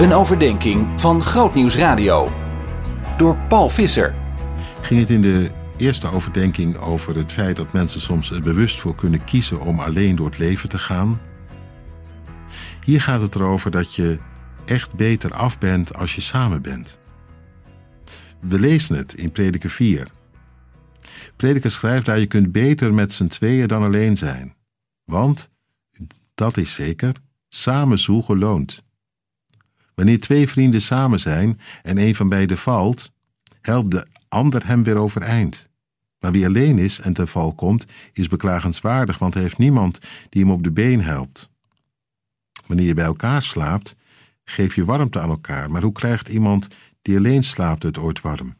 Een overdenking van Grootnieuws Radio. Door Paul Visser. Ging het in de eerste overdenking over het feit dat mensen soms er bewust voor kunnen kiezen om alleen door het leven te gaan. Hier gaat het erover dat je echt beter af bent als je samen bent. We lezen het in Prediker 4. Prediker schrijft daar: je kunt beter met z'n tweeën dan alleen zijn. Want, dat is zeker, samen zwoegen loont. Wanneer twee vrienden samen zijn en een van beiden valt, helpt de ander hem weer overeind. Maar wie alleen is en ten val komt, is beklagenswaardig, want hij heeft niemand die hem op de been helpt. Wanneer je bij elkaar slaapt, geef je warmte aan elkaar. Maar hoe krijgt iemand die alleen slaapt het ooit warm?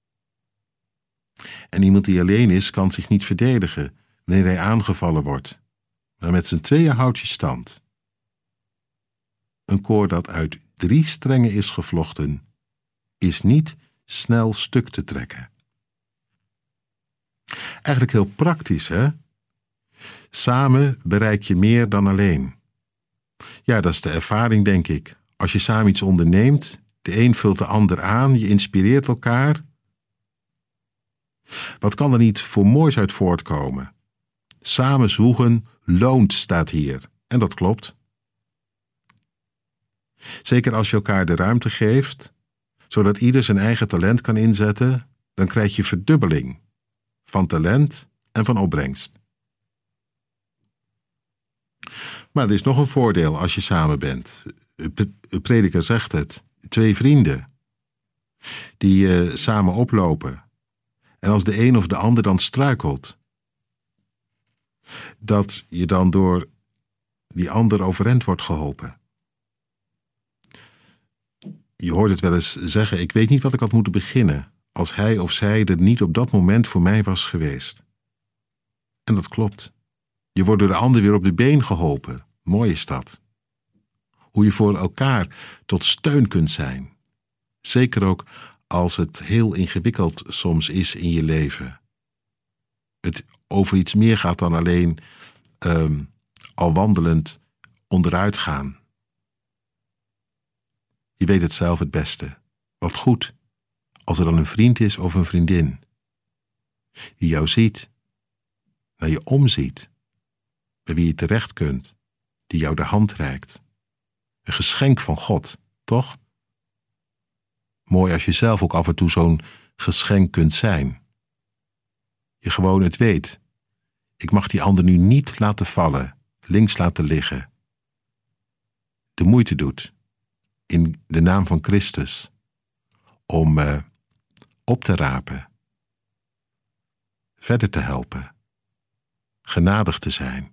En iemand die alleen is, kan zich niet verdedigen wanneer hij aangevallen wordt. Maar met z'n tweeën houdt je stand. Een koord dat uit 3 strengen is gevlochten, is niet snel stuk te trekken. Eigenlijk heel praktisch, hè? Samen bereik je meer dan alleen. Ja, dat is de ervaring, denk ik. Als je samen iets onderneemt, de een vult de ander aan, je inspireert elkaar. Wat kan er niet voor moois uit voortkomen? Samen zwoegen loont, staat hier. En dat klopt. Zeker als je elkaar de ruimte geeft, zodat ieder zijn eigen talent kan inzetten, dan krijg je verdubbeling van talent en van opbrengst. Maar er is nog een voordeel als je samen bent. De prediker zegt het. 2 vrienden die samen oplopen. En als de een of de ander dan struikelt, dat je dan door die ander overeind wordt geholpen. Je hoort het wel eens zeggen: ik weet niet wat ik had moeten beginnen als hij of zij er niet op dat moment voor mij was geweest. En dat klopt. Je wordt door de ander weer op de been geholpen. Mooi is dat. Hoe je voor elkaar tot steun kunt zijn. Zeker ook als het heel ingewikkeld soms is in je leven. Het over iets meer gaat dan alleen al wandelend onderuit gaan. Je weet het zelf het beste. Wat goed als er dan een vriend is of een vriendin die jou ziet, naar je omziet, bij wie je terecht kunt, die jou de hand reikt. Een geschenk van God, toch? Mooi als je zelf ook af en toe zo'n geschenk kunt zijn. Je gewoon het weet. Ik mag die ander nu niet laten vallen, links laten liggen. De moeite doet, in de naam van Christus, om op te rapen, verder te helpen, genadig te zijn.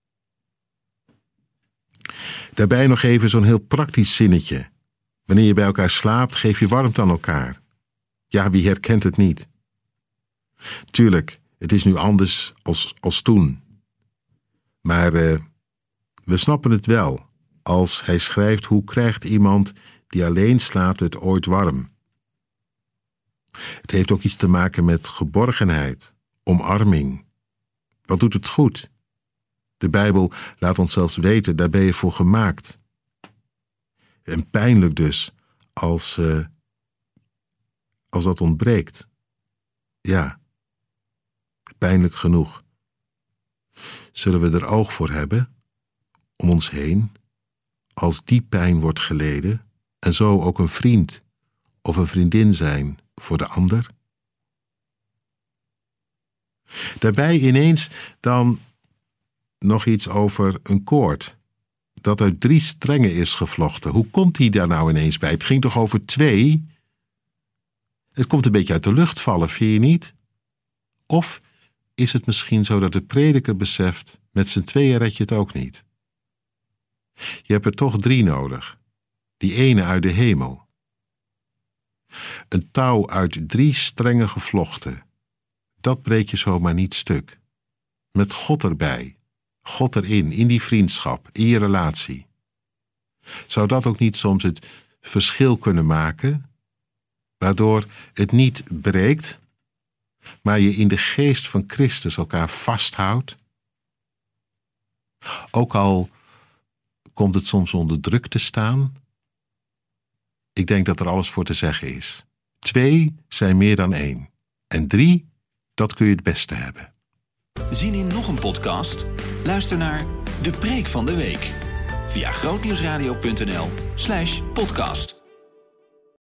Daarbij nog even zo'n heel praktisch zinnetje. Wanneer je bij elkaar slaapt, geef je warmte aan elkaar. Ja, wie herkent het niet? Tuurlijk, het is nu anders als toen. Maar we snappen het wel als hij schrijft: hoe krijgt iemand die alleen slaapt het ooit warm? Het heeft ook iets te maken met geborgenheid, omarming. Wat doet het goed? De Bijbel laat ons zelfs weten, daar ben je voor gemaakt. En pijnlijk dus, als dat ontbreekt. Ja, pijnlijk genoeg. Zullen we er oog voor hebben, om ons heen, als die pijn wordt geleden, en zo ook een vriend of een vriendin zijn voor de ander? Daarbij ineens dan nog iets over een koord dat uit 3 strengen is gevlochten. Hoe komt hij daar nou ineens bij? Het ging toch over 2? Het komt een beetje uit de lucht vallen, vind je niet? Of is het misschien zo dat de prediker beseft: met z'n tweeën red je het ook niet? Je hebt er toch 3 nodig. Die ene uit de hemel. Een touw uit 3 strengen gevlochten. Dat breek je zomaar niet stuk. Met God erbij. God erin, in die vriendschap, in je relatie. Zou dat ook niet soms het verschil kunnen maken, waardoor het niet breekt, maar je in de geest van Christus elkaar vasthoudt? Ook al komt het soms onder druk te staan, Ik denk dat er alles voor te zeggen is. 2 zijn meer dan 1. En 3, dat kun je het beste hebben. Zin in nog een podcast? Luister naar De Preek van de Week via grootnieuwsradio.nl/podcast.